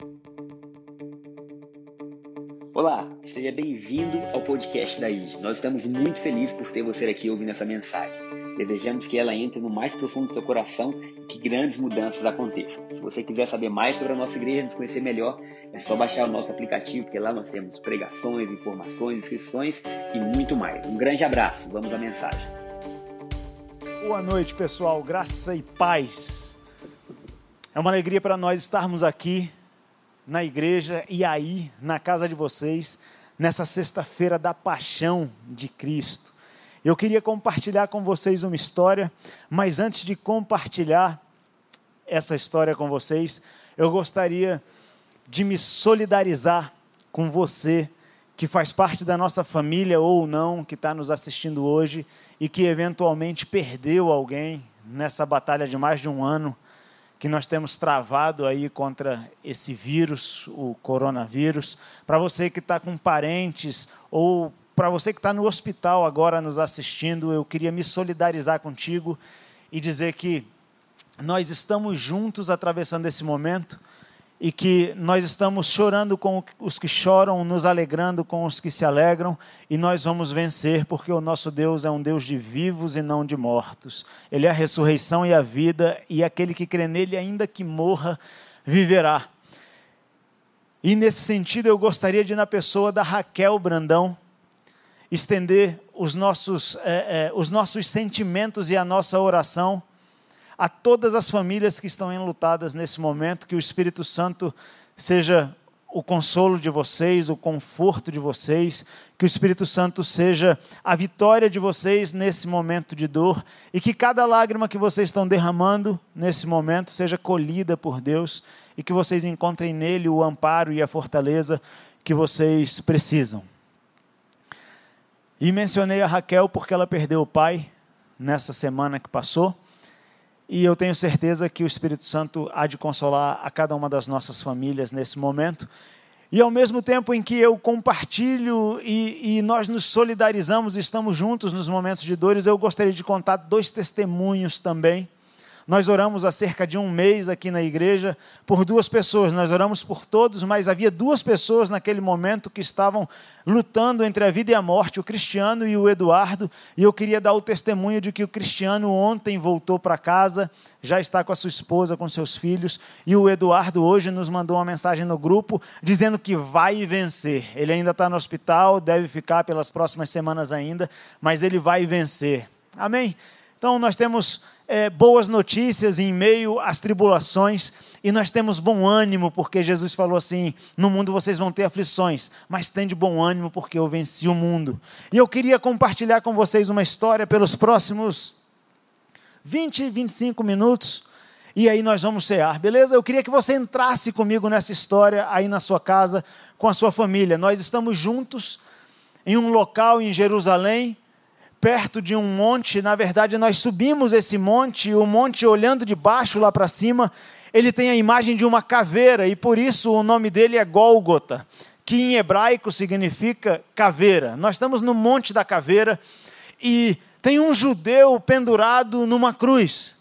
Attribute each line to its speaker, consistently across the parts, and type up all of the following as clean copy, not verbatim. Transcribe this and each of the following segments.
Speaker 1: Olá, seja bem-vindo ao podcast da IG. Nós estamos muito felizes por ter você aqui ouvindo essa mensagem. Desejamos que ela entre no mais profundo do seu coração e que grandes mudanças aconteçam. Se você quiser saber mais sobre a nossa igreja, nos conhecer melhor, é só baixar o nosso aplicativo, porque lá nós temos pregações, informações, inscrições e muito mais. Um grande abraço, vamos à mensagem.
Speaker 2: Boa noite, pessoal, graça e paz. É uma alegria para nós estarmos aqui na igreja e aí, na casa de vocês, nessa sexta-feira da Paixão de Cristo. Eu queria compartilhar com vocês uma história, mas antes de compartilhar essa história com vocês, eu gostaria de me solidarizar com você, que faz parte da nossa família ou não, que está nos assistindo hoje e que eventualmente perdeu alguém nessa batalha de mais de um ano que nós temos travado aí contra esse vírus, o coronavírus. Para você que está com parentes ou para você que está no hospital agora nos assistindo, eu queria me solidarizar contigo e dizer que nós estamos juntos atravessando esse momento e que nós estamos chorando com os que choram, nos alegrando com os que se alegram, e nós vamos vencer, porque o nosso Deus é um Deus de vivos e não de mortos. Ele é a ressurreição e a vida, e aquele que crê nele, ainda que morra, viverá. E nesse sentido eu gostaria de, na pessoa da Raquel Brandão, estender os nossos sentimentos e a nossa oração a todas as famílias que estão enlutadas nesse momento, que o Espírito Santo seja o consolo de vocês, o conforto de vocês, que o Espírito Santo seja a vitória de vocês nesse momento de dor, e que cada lágrima que vocês estão derramando nesse momento seja colhida por Deus, e que vocês encontrem nele o amparo e a fortaleza que vocês precisam. E mencionei a Raquel porque ela perdeu o pai nessa semana que passou, e eu tenho certeza que o Espírito Santo há de consolar a cada uma das nossas famílias nesse momento. E ao mesmo tempo em que eu compartilho e nós nos solidarizamos e estamos juntos nos momentos de dores, eu gostaria de contar 2 testemunhos também. Nós oramos há cerca de um mês aqui na igreja por 2 pessoas. Nós oramos por todos, mas havia 2 pessoas naquele momento que estavam lutando entre a vida e a morte, o Cristiano e o Eduardo. E eu queria dar o testemunho de que o Cristiano ontem voltou para casa, já está com a sua esposa, com seus filhos. E o Eduardo hoje nos mandou uma mensagem no grupo dizendo que vai vencer. Ele ainda está no hospital, deve ficar pelas próximas semanas ainda, mas ele vai vencer. Amém? Então nós temos boas notícias em meio às tribulações, e nós temos bom ânimo, porque Jesus falou assim: no mundo vocês vão ter aflições, mas tende bom ânimo, porque eu venci o mundo. E eu queria compartilhar com vocês uma história pelos próximos 20, 25 minutos, e aí nós vamos cear, beleza? Eu queria que você entrasse comigo nessa história aí na sua casa, com a sua família. Nós estamos juntos em um local em Jerusalém, perto de um monte. Na verdade nós subimos esse monte, o monte olhando de baixo lá para cima, ele tem a imagem de uma caveira, e por isso o nome dele é Gólgota, que em hebraico significa caveira. Nós estamos no Monte da Caveira, e tem um judeu pendurado numa cruz,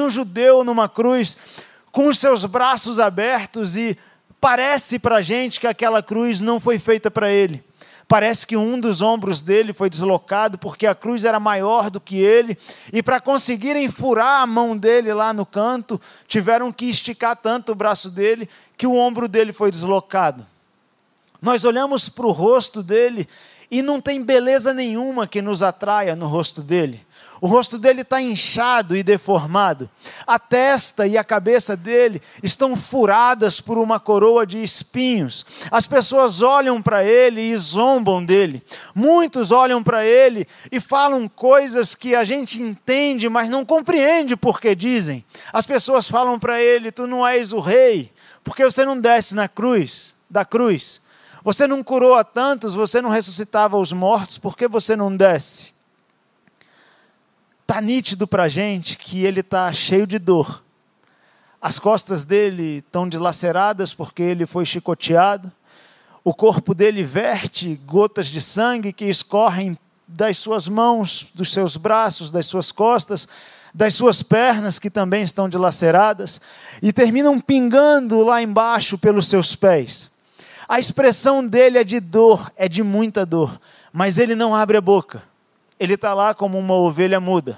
Speaker 2: com os seus braços abertos, e parece para a gente que aquela cruz não foi feita para ele. Parece que um dos ombros dele foi deslocado, porque a cruz era maior do que ele, e para conseguirem furar a mão dele lá no canto, tiveram que esticar tanto o braço dele, que o ombro dele foi deslocado. Nós olhamos para o rosto dele, e não tem beleza nenhuma que nos atraia no rosto dele. O rosto dele está inchado e deformado. A testa e a cabeça dele estão furadas por uma coroa de espinhos. As pessoas olham para ele e zombam dele. Muitos olham para ele e falam coisas que a gente entende, mas não compreende por que dizem. As pessoas falam para ele: tu não és o rei, porque você não desce da cruz. Você não curou a tantos, você não ressuscitava os mortos, por que você não desce? Está nítido para a gente que ele está cheio de dor. As costas dele estão dilaceradas porque ele foi chicoteado. O corpo dele verte gotas de sangue que escorrem das suas mãos, dos seus braços, das suas costas, das suas pernas, que também estão dilaceradas, e terminam pingando lá embaixo pelos seus pés. A expressão dele é de dor, é de muita dor, mas ele não abre a boca. Ele está lá como uma ovelha muda.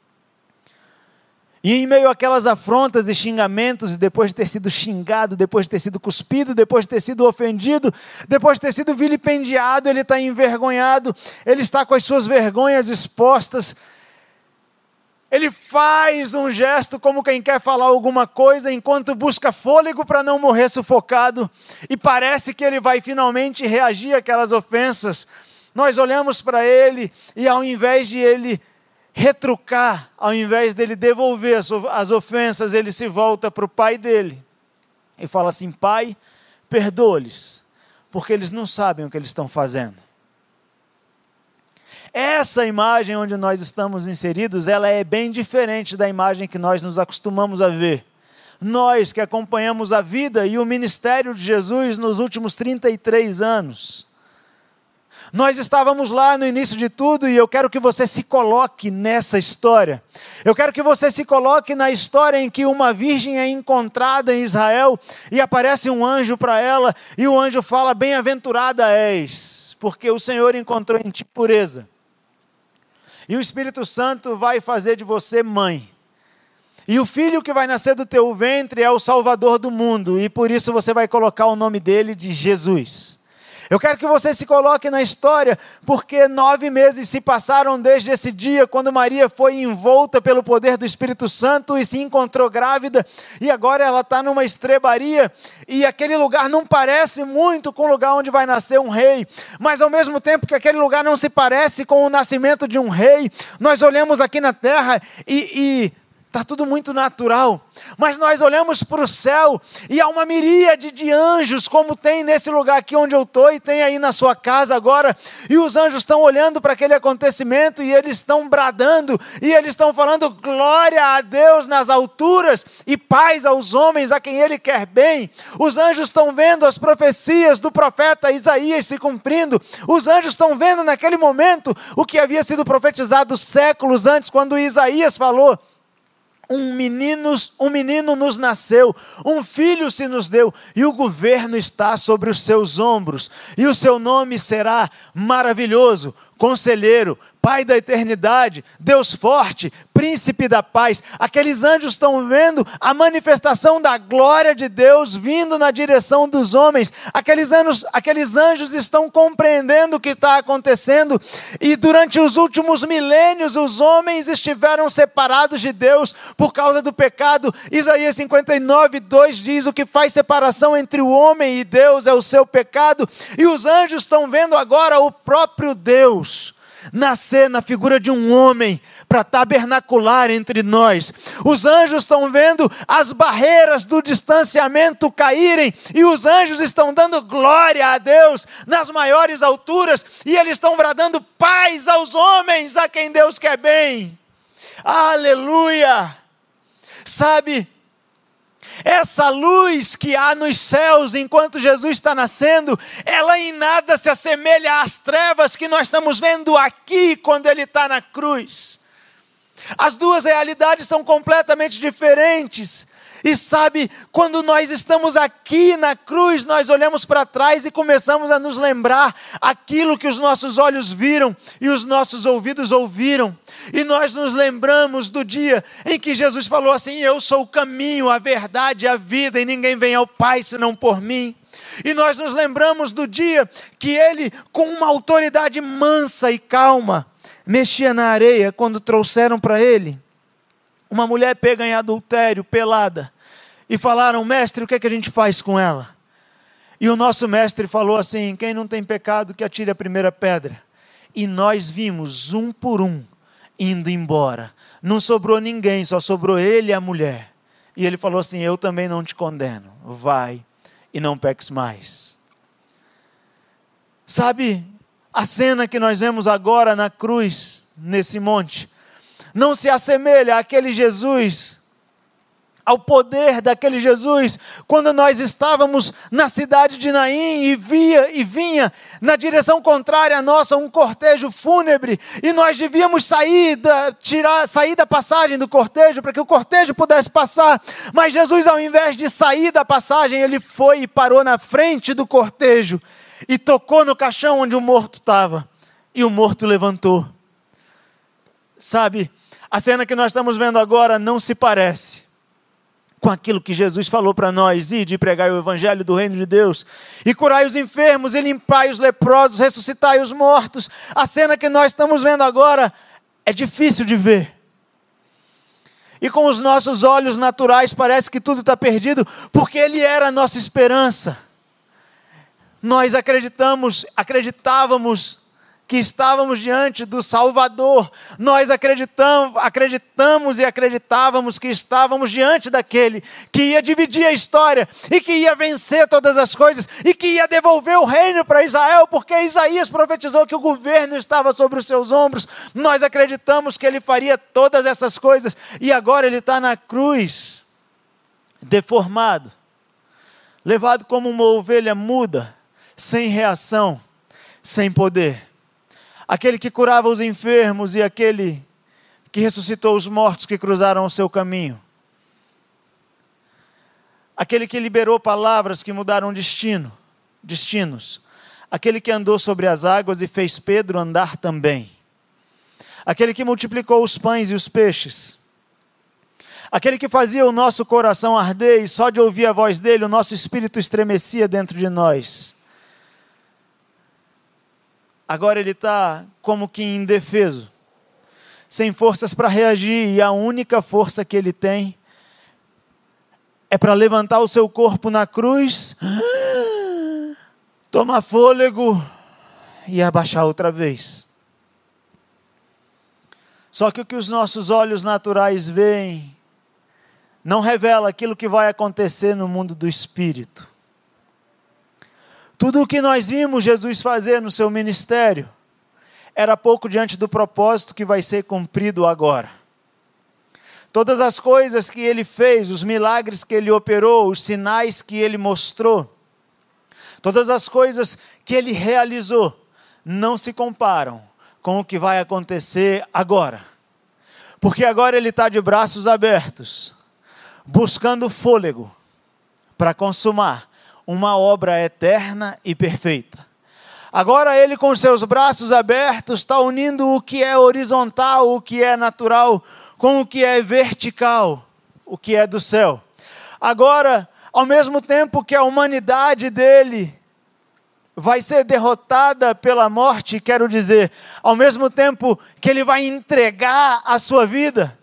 Speaker 2: E em meio àquelas afrontas e xingamentos, depois de ter sido xingado, depois de ter sido cuspido, depois de ter sido ofendido, depois de ter sido vilipendiado, ele está envergonhado, ele está com as suas vergonhas expostas. Ele faz um gesto como quem quer falar alguma coisa, enquanto busca fôlego para não morrer sufocado, e parece que ele vai finalmente reagir àquelas ofensas. Nós olhamos para ele e, ao invés de ele retrucar, ao invés dele devolver as ofensas, ele se volta para o pai dele e fala assim: Pai, perdoa-lhes, porque eles não sabem o que eles estão fazendo. Essa imagem onde nós estamos inseridos, ela é bem diferente da imagem que nós nos acostumamos a ver. Nós que acompanhamos a vida e o ministério de Jesus nos últimos 33 anos, nós estávamos lá no início de tudo, e eu quero que você se coloque nessa história. Eu quero que você se coloque na história em que uma virgem é encontrada em Israel e aparece um anjo para ela, e o anjo fala: bem-aventurada és, porque o Senhor encontrou em ti pureza. E o Espírito Santo vai fazer de você mãe. E o filho que vai nascer do teu ventre é o Salvador do mundo, e por isso você vai colocar o nome dele de Jesus. Eu quero que você se coloque na história, porque 9 meses se passaram desde esse dia, quando Maria foi envolta pelo poder do Espírito Santo e se encontrou grávida, e agora ela está numa estrebaria, e aquele lugar não parece muito com o lugar onde vai nascer um rei, mas ao mesmo tempo que aquele lugar não se parece com o nascimento de um rei, nós olhamos aqui na terra e está tudo muito natural, mas nós olhamos para o céu e há uma miríade de anjos, como tem nesse lugar aqui onde eu estou e tem aí na sua casa agora, e os anjos estão olhando para aquele acontecimento e eles estão bradando, e eles estão falando: glória a Deus nas alturas e paz aos homens a quem Ele quer bem. Os anjos estão vendo as profecias do profeta Isaías se cumprindo, os anjos estão vendo naquele momento o que havia sido profetizado séculos antes, quando Isaías falou: um menino nos nasceu, um filho se nos deu, e o governo está sobre os seus ombros, e o seu nome será Maravilhoso, Conselheiro, Pai da Eternidade, Deus Forte, Príncipe da Paz. Aqueles anjos estão vendo a manifestação da glória de Deus vindo na direção dos homens. Aqueles anjos estão compreendendo o que está acontecendo, e durante os últimos milênios os homens estiveram separados de Deus por causa do pecado. Isaías 59:2 diz: o que faz separação entre o homem e Deus é o seu pecado, e os anjos estão vendo agora o próprio Deus nascer na figura de um homem para tabernacular entre nós. Os anjos estão vendo as barreiras do distanciamento caírem, e os anjos estão dando glória a Deus nas maiores alturas, e eles estão bradando paz aos homens a quem Deus quer bem. Aleluia! Sabe, essa luz que há nos céus enquanto Jesus está nascendo, ela em nada se assemelha às trevas que nós estamos vendo aqui quando Ele está na cruz. As duas realidades são completamente diferentes. E sabe, quando nós estamos aqui na cruz, nós olhamos para trás e começamos a nos lembrar aquilo que os nossos olhos viram e os nossos ouvidos ouviram. E nós nos lembramos do dia em que Jesus falou assim: eu sou o caminho, a verdade e a vida, e ninguém vem ao Pai senão por mim. E nós nos lembramos do dia que Ele, com uma autoridade mansa e calma, mexia na areia quando trouxeram para Ele uma mulher pega em adultério, pelada, e falaram: mestre, o que é que a gente faz com ela? E o nosso mestre falou assim: quem não tem pecado que atire a primeira pedra. E nós vimos um por um indo embora, não sobrou ninguém, só sobrou ele e a mulher. E ele falou assim: eu também não te condeno, vai e não peques mais. Sabe, a cena que nós vemos agora na cruz, nesse monte, não se assemelha àquele Jesus ao poder daquele Jesus, quando nós estávamos na cidade de Naim e vinha na direção contrária à nossa um cortejo fúnebre, e nós devíamos sair da passagem do cortejo, para que o cortejo pudesse passar, mas Jesus, ao invés de sair da passagem, ele foi e parou na frente do cortejo, e tocou no caixão onde o morto estava, e o morto levantou. Sabe, a cena que nós estamos vendo agora não se parece com aquilo que Jesus falou para nós: ide e pregai o evangelho do reino de Deus, e curai os enfermos, e limpai os leprosos, ressuscitai os mortos. A cena que nós estamos vendo agora é difícil de ver. E com os nossos olhos naturais parece que tudo está perdido, porque Ele era a nossa esperança. Nós acreditávamos que estávamos diante do Salvador. Nós acreditamos e acreditávamos que estávamos diante daquele que ia dividir a história e que ia vencer todas as coisas e que ia devolver o reino para Israel, porque Isaías profetizou que o governo estava sobre os seus ombros. Nós acreditamos que ele faria todas essas coisas, e agora ele está na cruz, deformado, levado como uma ovelha muda, sem reação, sem poder. Aquele que curava os enfermos e aquele que ressuscitou os mortos que cruzaram o seu caminho. Aquele que liberou palavras que mudaram destinos. Aquele que andou sobre as águas e fez Pedro andar também. Aquele que multiplicou os pães e os peixes. Aquele que fazia o nosso coração arder, e só de ouvir a voz dele o nosso espírito estremecia dentro de nós. Agora ele está como que indefeso, sem forças para reagir, e a única força que ele tem é para levantar o seu corpo na cruz, tomar fôlego e abaixar outra vez. Só que o que os nossos olhos naturais veem não revela aquilo que vai acontecer no mundo do Espírito. Tudo o que nós vimos Jesus fazer no seu ministério era pouco diante do propósito que vai ser cumprido agora. Todas as coisas que ele fez, os milagres que ele operou, os sinais que ele mostrou, todas as coisas que ele realizou, não se comparam com o que vai acontecer agora. Porque agora ele está de braços abertos, buscando fôlego para consumar uma obra eterna e perfeita. Agora ele, com seus braços abertos, está unindo o que é horizontal, o que é natural, com o que é vertical, o que é do céu. Agora, ao mesmo tempo que a humanidade dele vai ser derrotada pela morte, quero dizer, ao mesmo tempo que ele vai entregar a sua vida,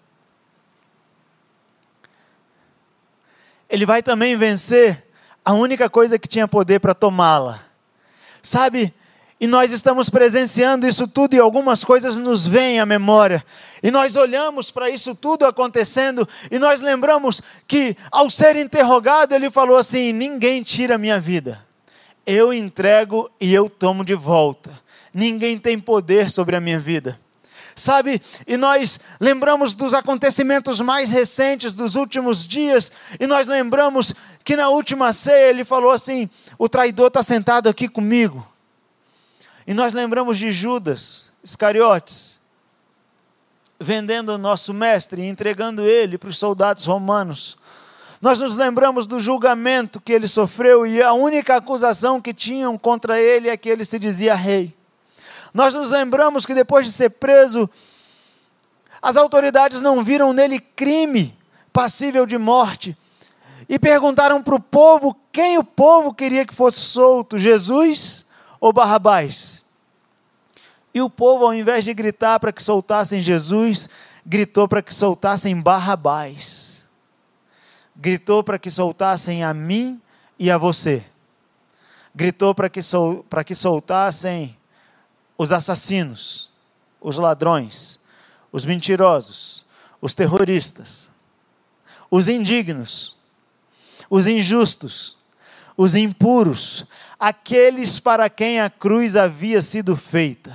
Speaker 2: ele vai também vencer a única coisa que tinha poder para tomá-la. Sabe? E nós estamos presenciando isso tudo, e algumas coisas nos vêm à memória. E nós olhamos para isso tudo acontecendo, e nós lembramos que, ao ser interrogado, ele falou assim: ninguém tira a minha vida. Eu entrego e eu tomo de volta. Ninguém tem poder sobre a minha vida. Sabe, e nós lembramos dos acontecimentos mais recentes dos últimos dias, e nós lembramos que na última ceia ele falou assim: o traidor está sentado aqui comigo. E nós lembramos de Judas Iscariotes, vendendo o nosso mestre e entregando ele para os soldados romanos. Nós nos lembramos do julgamento que ele sofreu, e a única acusação que tinham contra ele é que ele se dizia rei. Nós nos lembramos que depois de ser preso, as autoridades não viram nele crime passível de morte, e perguntaram para o povo quem o povo queria que fosse solto, Jesus ou Barrabás. E o povo, ao invés de gritar para que soltassem Jesus, gritou para que soltassem Barrabás. Gritou para que soltassem a mim e a você. Gritou para que soltassem os assassinos, os ladrões, os mentirosos, os terroristas, os indignos, os injustos, os impuros, aqueles para quem a cruz havia sido feita.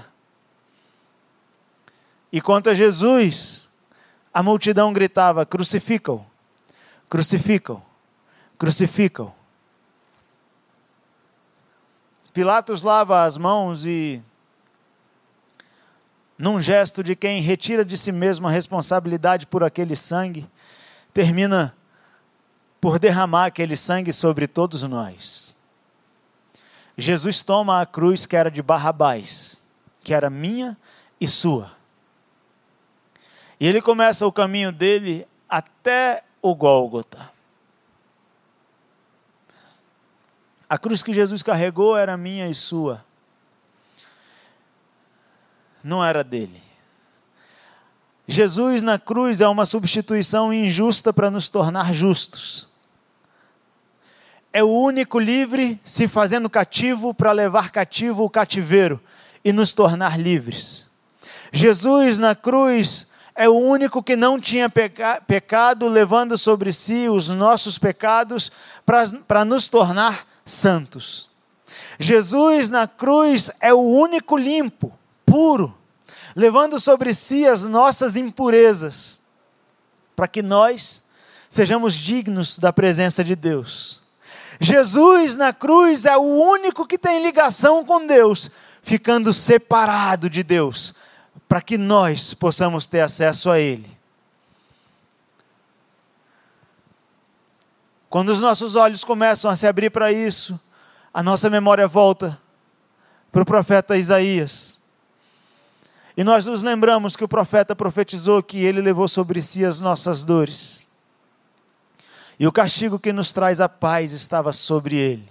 Speaker 2: E quanto a Jesus, a multidão gritava: crucifica-o, crucificam, crucificam. Pilatos lava as mãos e, num gesto de quem retira de si mesmo a responsabilidade por aquele sangue, termina por derramar aquele sangue sobre todos nós. Jesus toma a cruz que era de Barrabás, que era minha e sua. E ele começa o caminho dele até o Gólgota. A cruz que Jesus carregou era minha e sua. Não era dele. Jesus na cruz é uma substituição injusta para nos tornar justos. É o único livre se fazendo cativo para levar cativo o cativeiro e nos tornar livres. Jesus na cruz é o único que não tinha pecado, levando sobre si os nossos pecados para nos tornar santos. Jesus na cruz é o único limpo, puro, levando sobre si as nossas impurezas, para que nós sejamos dignos da presença de Deus. Jesus na cruz é o único que tem ligação com Deus, ficando separado de Deus, para que nós possamos ter acesso a Ele. Quando os nossos olhos começam a se abrir para isso, a nossa memória volta para o profeta Isaías. E nós nos lembramos que o profeta profetizou que ele levou sobre si as nossas dores. E o castigo que nos traz a paz estava sobre ele.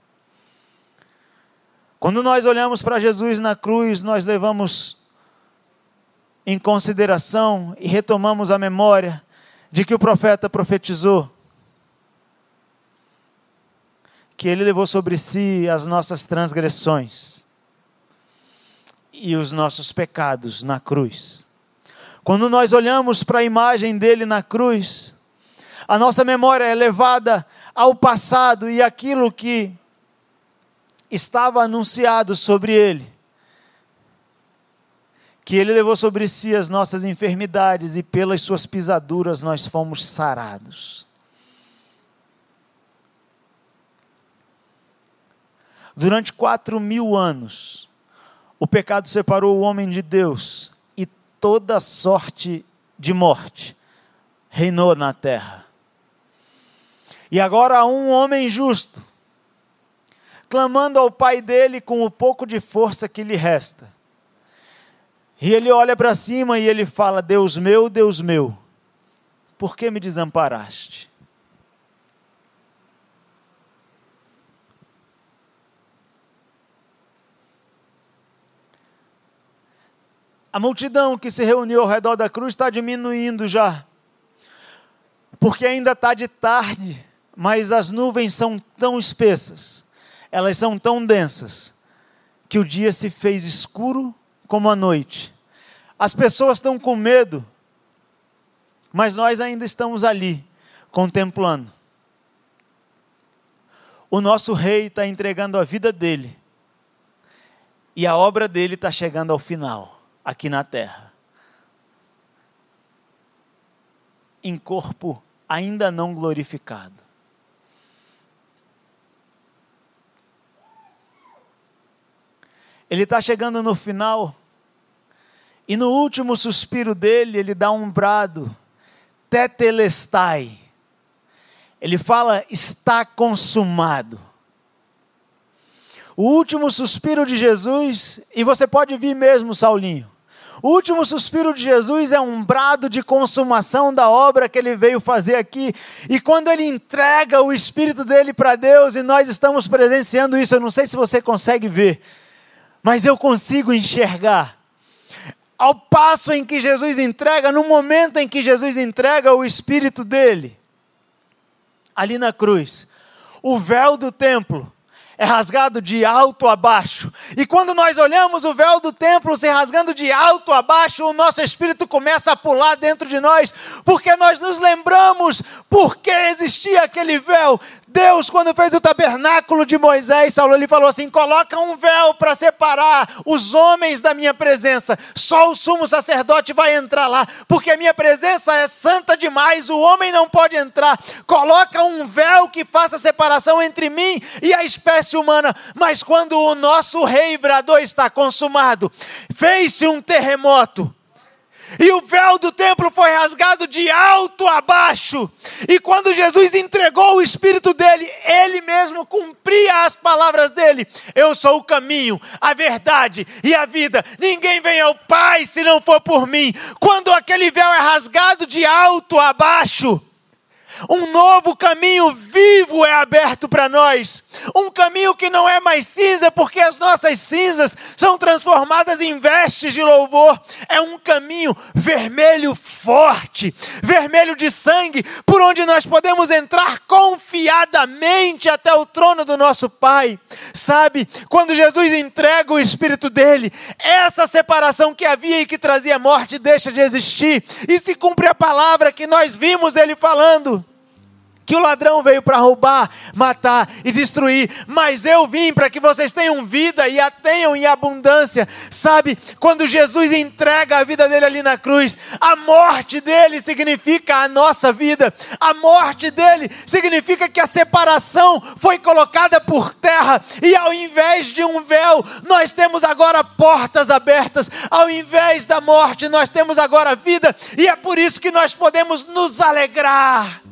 Speaker 2: Quando nós olhamos para Jesus na cruz, nós levamos em consideração e retomamos a memória de que o profeta profetizou que ele levou sobre si as nossas transgressões e os nossos pecados na cruz. Quando nós olhamos para a imagem dele na cruz, a nossa memória é levada ao passado e aquilo que estava anunciado sobre ele. Que ele levou sobre si as nossas enfermidades e pelas suas pisaduras nós fomos sarados. Durante 4.000 anos, o pecado separou o homem de Deus e toda sorte de morte reinou na terra. E agora há um homem justo, clamando ao Pai dele com o pouco de força que lhe resta. E ele olha para cima e ele fala: Deus meu, por que me desamparaste? A multidão que se reuniu ao redor da cruz está diminuindo já, porque ainda está de tarde, mas as nuvens são tão espessas, elas são tão densas, que o dia se fez escuro como a noite. As pessoas estão com medo, mas nós ainda estamos ali, contemplando. O nosso rei está entregando a vida dele, e a obra dele está chegando ao final, aqui na terra, em corpo ainda não glorificado. Ele está chegando no final, e no último suspiro dele, ele dá um brado, tetelestai. Ele fala: está consumado. O último suspiro de Jesus, e você pode vir mesmo, Saulinho, o último suspiro de Jesus é um brado de consumação da obra que ele veio fazer aqui, e quando ele entrega o Espírito dele para Deus, e nós estamos presenciando isso, eu não sei se você consegue ver, mas eu consigo enxergar, ao passo em que Jesus entrega, no momento em que Jesus entrega o Espírito dele, ali na cruz, o véu do templo é rasgado de alto a baixo. E quando nós olhamos o véu do templo se rasgando de alto a baixo, o nosso espírito começa a pular dentro de nós, porque nós nos lembramos por que existia aquele véu. Deus, quando fez o tabernáculo de Moisés, Saulo, ele falou assim: coloca um véu para separar os homens da minha presença. Só o sumo sacerdote vai entrar lá, porque a minha presença é santa demais, o homem não pode entrar. Coloca um véu que faça separação entre mim e a espécie humana. Mas quando o nosso rei bradou: está consumado, fez-se um terremoto. E o véu do templo foi rasgado de alto a baixo. E quando Jesus entregou o Espírito dele, ele mesmo cumpria as palavras dele: eu sou o caminho, a verdade e a vida. Ninguém vem ao Pai se não for por mim. Quando aquele véu é rasgado de alto a baixo, um novo caminho vivo é aberto para nós. Um caminho que não é mais cinza, porque as nossas cinzas são transformadas em vestes de louvor. É um caminho vermelho forte, vermelho de sangue, por onde nós podemos entrar confiadamente até o trono do nosso Pai. Sabe, quando Jesus entrega o Espírito dele, essa separação que havia e que trazia morte deixa de existir. E se cumpre a palavra que nós vimos ele falando: que o ladrão veio para roubar, matar e destruir, mas eu vim para que vocês tenham vida e a tenham em abundância. Sabe, quando Jesus entrega a vida dele ali na cruz, a morte dele significa a nossa vida. A morte dele significa que a separação foi colocada por terra, e ao invés de um véu, nós temos agora portas abertas. Ao invés da morte, nós temos agora vida, e é por isso que nós podemos nos alegrar.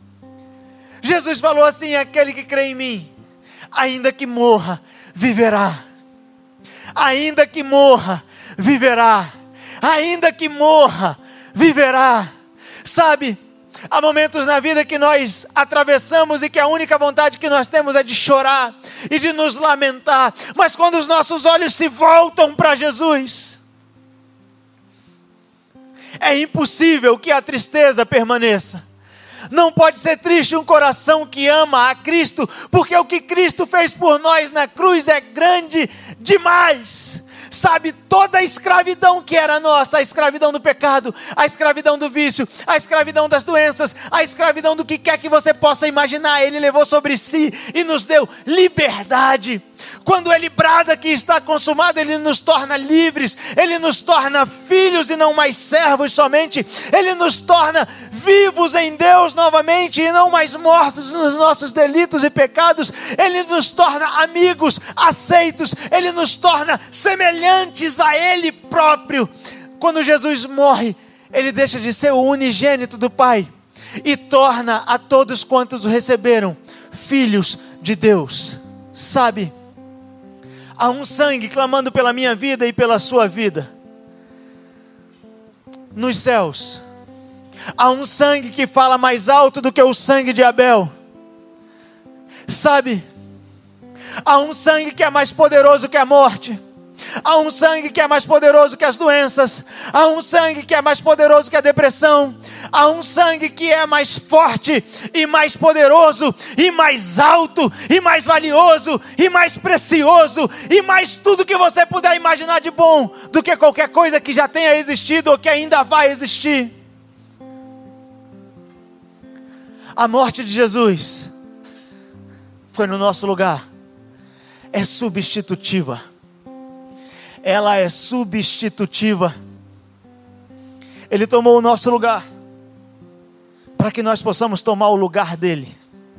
Speaker 2: Jesus falou assim: aquele que crê em mim, ainda que morra, viverá. Ainda que morra, viverá. Ainda que morra, viverá. Sabe, há momentos na vida que nós atravessamos e que a única vontade que nós temos é de chorar e de nos lamentar. Mas quando os nossos olhos se voltam para Jesus, é impossível que a tristeza permaneça. Não pode ser triste um coração que ama a Cristo, porque o que Cristo fez por nós na cruz é grande demais. Sabe, toda a escravidão que era nossa, a escravidão do pecado, a escravidão do vício, a escravidão das doenças, a escravidão do que quer que você possa imaginar, Ele levou sobre si e nos deu liberdade. Quando Ele brada que está consumado, Ele nos torna livres, Ele nos torna filhos e não mais servos somente, Ele nos torna vivos em Deus novamente e não mais mortos nos nossos delitos e pecados. Ele nos torna amigos, aceitos, Ele nos torna semelhantes a Ele próprio. Quando Jesus morre, Ele deixa de ser o unigênito do Pai e torna a todos quantos o receberam filhos de Deus. Sabe, há um sangue clamando pela minha vida e pela sua vida nos céus. Há um sangue que fala mais alto do que o sangue de Abel. Sabe, há um sangue que é mais poderoso que a morte. Há um sangue que é mais poderoso que as doenças. Há um sangue que é mais poderoso que a depressão. Há um sangue que é mais forte e mais poderoso e mais alto e mais valioso e mais precioso e mais tudo que você puder imaginar de bom do que qualquer coisa que já tenha existido ou que ainda vai existir. A morte de Jesus foi no nosso lugar. É substitutiva. Ela é substitutiva. Ele tomou o nosso lugar para que nós possamos tomar o lugar dele.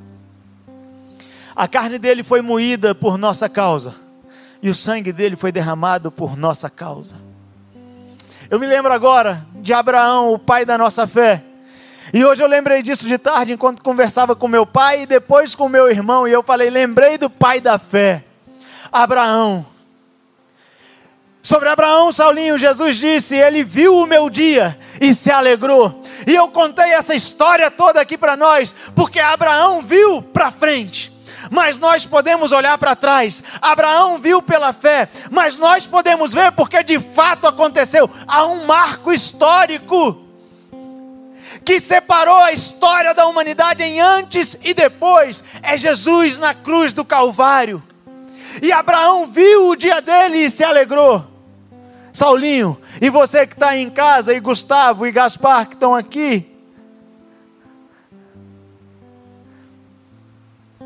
Speaker 2: A carne dele foi moída por nossa causa e o sangue dele foi derramado por nossa causa. Eu me lembro agora de Abraão, o pai da nossa fé. E hoje eu lembrei disso de tarde, enquanto conversava com meu pai e depois com meu irmão. E eu falei, lembrei do pai da fé, Abraão. Sobre Abraão, Saulinho, Jesus disse, ele viu o meu dia e se alegrou. E eu contei essa história toda aqui para nós, porque Abraão viu para frente, mas nós podemos olhar para trás. Abraão viu pela fé, mas nós podemos ver porque de fato aconteceu. Há um marco histórico que separou a história da humanidade em antes e depois. É Jesus na cruz do Calvário. E Abraão viu o dia dele e se alegrou. Saulinho, e você que está em casa, e Gustavo e Gaspar que estão aqui,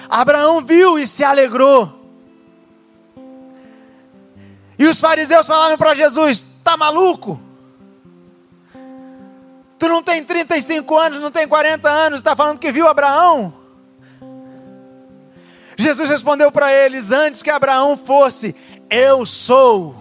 Speaker 2: Abraão viu e se alegrou. E os fariseus falaram para Jesus: tá maluco? Tu não tem 35 anos, não tem 40 anos, está falando que viu Abraão? Jesus respondeu para eles: antes que Abraão fosse, eu sou.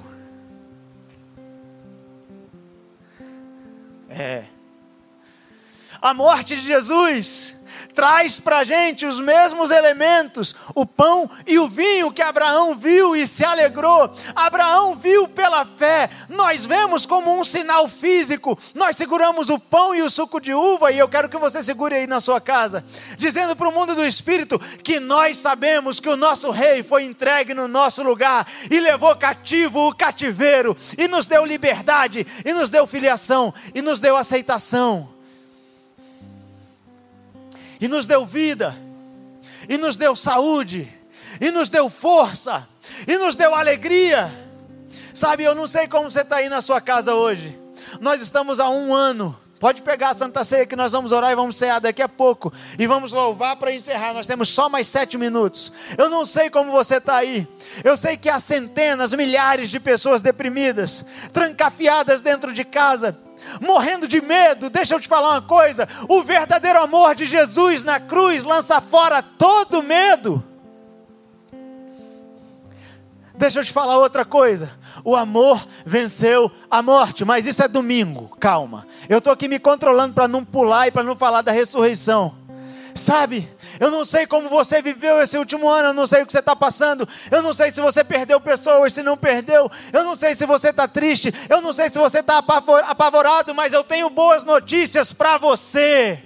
Speaker 2: A morte de Jesus traz para a gente os mesmos elementos, o pão e o vinho que Abraão viu e se alegrou. Abraão viu pela fé, nós vemos como um sinal físico. Nós seguramos o pão e o suco de uva, e eu quero que você segure aí na sua casa, dizendo para o mundo do Espírito que nós sabemos que o nosso rei foi entregue no nosso lugar, e levou cativo o cativeiro, e nos deu liberdade, e nos deu filiação, e nos deu aceitação, e nos deu vida, e nos deu saúde, e nos deu força, e nos deu alegria. Sabe, eu não sei como você está aí na sua casa hoje. Nós estamos há 1 ano. Pode pegar a Santa Ceia que nós vamos orar e vamos cear daqui a pouco. E vamos louvar para encerrar. Nós temos só mais 7 minutos. Eu não sei como você está aí. Eu sei que há centenas, milhares de pessoas deprimidas, trancafiadas dentro de casa, morrendo de medo. Deixa eu te falar uma coisa: o verdadeiro amor de Jesus na cruz lança fora todo medo. Deixa eu te falar outra coisa: o amor venceu a morte. Mas isso é domingo, calma. Eu estou aqui me controlando para não pular e para não falar da ressurreição. Sabe, eu não sei como você viveu esse último ano, eu não sei o que você está passando, eu não sei se você perdeu pessoas, se não perdeu, eu não sei se você está triste, eu não sei se você está apavorado, mas eu tenho boas notícias para você.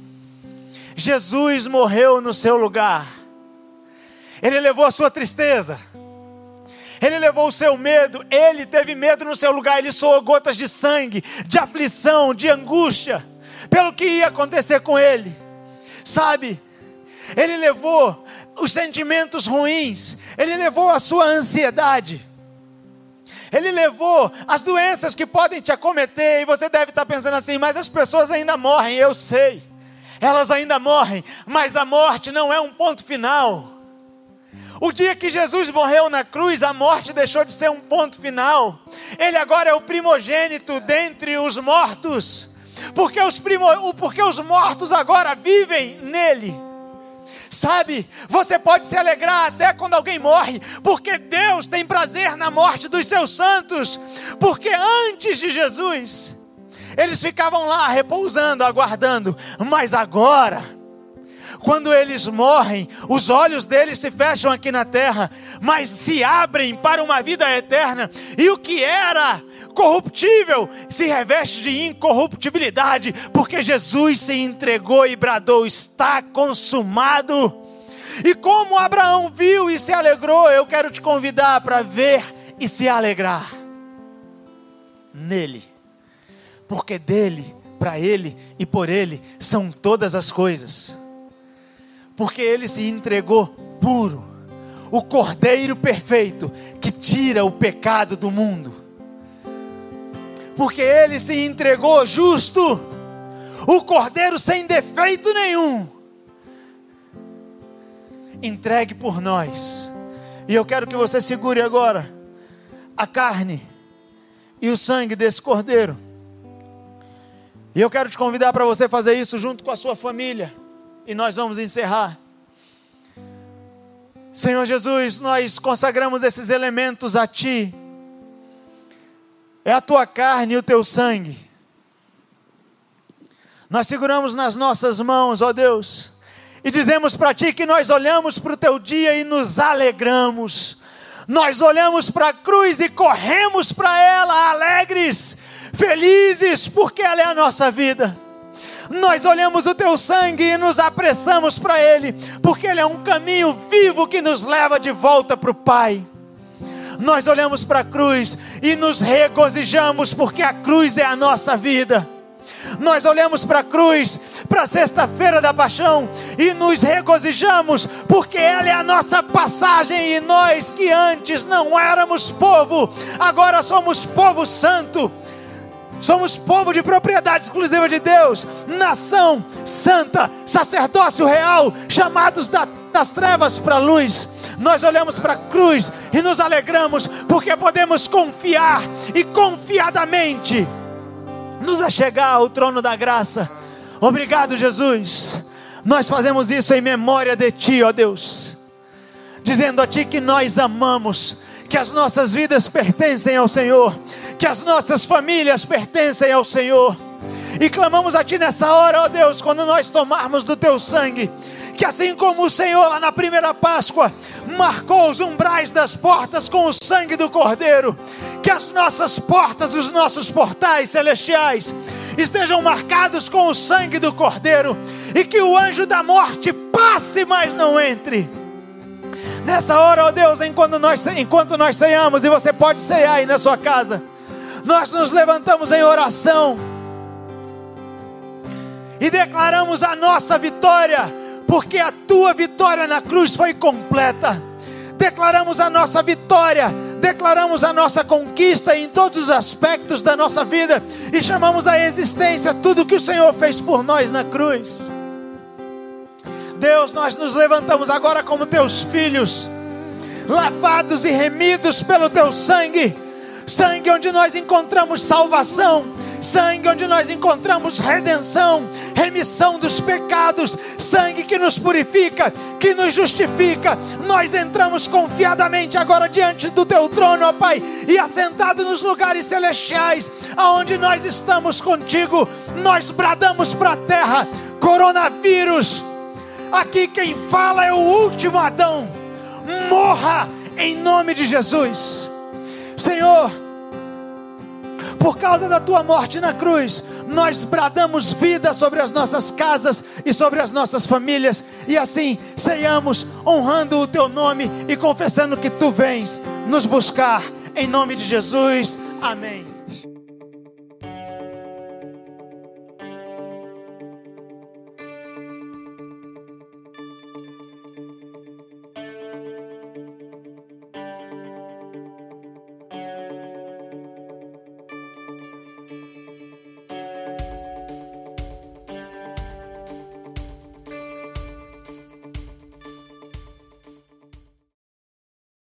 Speaker 2: Jesus morreu no seu lugar. Ele levou a sua tristeza, Ele levou o seu medo, Ele teve medo no seu lugar, Ele suou gotas de sangue, de aflição, de angústia, pelo que ia acontecer com Ele. Sabe, Ele levou os sentimentos ruins, Ele levou a sua ansiedade, Ele levou as doenças que podem te acometer. E você deve estar pensando assim: mas as pessoas ainda morrem. Eu sei, elas ainda morrem, mas a morte não é um ponto final. O dia que Jesus morreu na cruz, a morte deixou de ser um ponto final. Ele agora é o primogênito dentre os mortos, porque os mortos agora vivem nele. Sabe, você pode se alegrar até quando alguém morre, porque Deus tem prazer na morte dos seus santos. Porque antes de Jesus, eles ficavam lá repousando, aguardando. Mas agora, quando eles morrem, os olhos deles se fecham aqui na terra, mas se abrem para uma vida eterna. E o que era corruptível se reveste de incorruptibilidade, porque Jesus se entregou e bradou: está consumado. E como Abraão viu e se alegrou, eu quero te convidar para ver e se alegrar nele, porque dele, para ele e por ele são todas as coisas. Porque ele se entregou puro, o Cordeiro perfeito que tira o pecado do mundo. Porque ele se entregou justo, o Cordeiro sem defeito nenhum, entregue por nós. E eu quero que você segure agora a carne e o sangue desse Cordeiro. E eu quero te convidar para você fazer isso junto com a sua família. E nós vamos encerrar. Senhor Jesus, nós consagramos esses elementos a Ti. É a Tua carne e o Teu sangue. Nós seguramos nas nossas mãos, ó Deus, e dizemos para Ti que nós olhamos para o Teu dia e nos alegramos. Nós olhamos para a cruz e corremos para ela, alegres, felizes, porque ela é a nossa vida. Nós olhamos o Teu sangue e nos apressamos para Ele, porque Ele é um caminho vivo que nos leva de volta para o Pai. Nós olhamos para a cruz e nos regozijamos, porque a cruz é a nossa vida. Nós olhamos para a cruz, para a sexta-feira da paixão, e nos regozijamos, porque ela é a nossa passagem. E nós que antes não éramos povo, agora somos povo santo. Somos povo de propriedade exclusiva de Deus, nação santa, sacerdócio real, chamados da das trevas para a luz. Nós olhamos para a cruz e nos alegramos, porque podemos confiar e confiadamente nos achegar ao trono da graça. Obrigado, Jesus. Nós fazemos isso em memória de Ti, ó Deus, dizendo a Ti que nós amamos, que as nossas vidas pertencem ao Senhor, que as nossas famílias pertencem ao Senhor. E clamamos a Ti nessa hora, ó Deus, quando nós tomarmos do Teu sangue, que assim como o Senhor lá na primeira Páscoa marcou os umbrais das portas com o sangue do Cordeiro, que as nossas portas, os nossos portais celestiais estejam marcados com o sangue do Cordeiro, e que o anjo da morte passe, mas não entre. Nessa hora, ó Deus, enquanto nós ceiamos, e você pode ceiar aí na sua casa, nós nos levantamos em oração e declaramos a nossa vitória, porque a Tua vitória na cruz foi completa. Declaramos a nossa vitória, declaramos a nossa conquista em todos os aspectos da nossa vida, e chamamos à existência tudo que o Senhor fez por nós na cruz. Deus, nós nos levantamos agora como Teus filhos, lavados e remidos pelo Teu sangue, sangue onde nós encontramos salvação, sangue onde nós encontramos redenção, remissão dos pecados, sangue que nos purifica, que nos justifica. Nós entramos confiadamente agora diante do Teu trono, ó Pai, e assentado nos lugares celestiais, aonde nós estamos contigo, nós bradamos para a terra: coronavírus, aqui quem fala é o último Adão, morra em nome de Jesus. Senhor, por causa da Tua morte na cruz, nós bradamos vida sobre as nossas casas e sobre as nossas famílias, e assim ceiamos honrando o Teu nome e confessando que Tu vens nos buscar, em nome de Jesus, amém.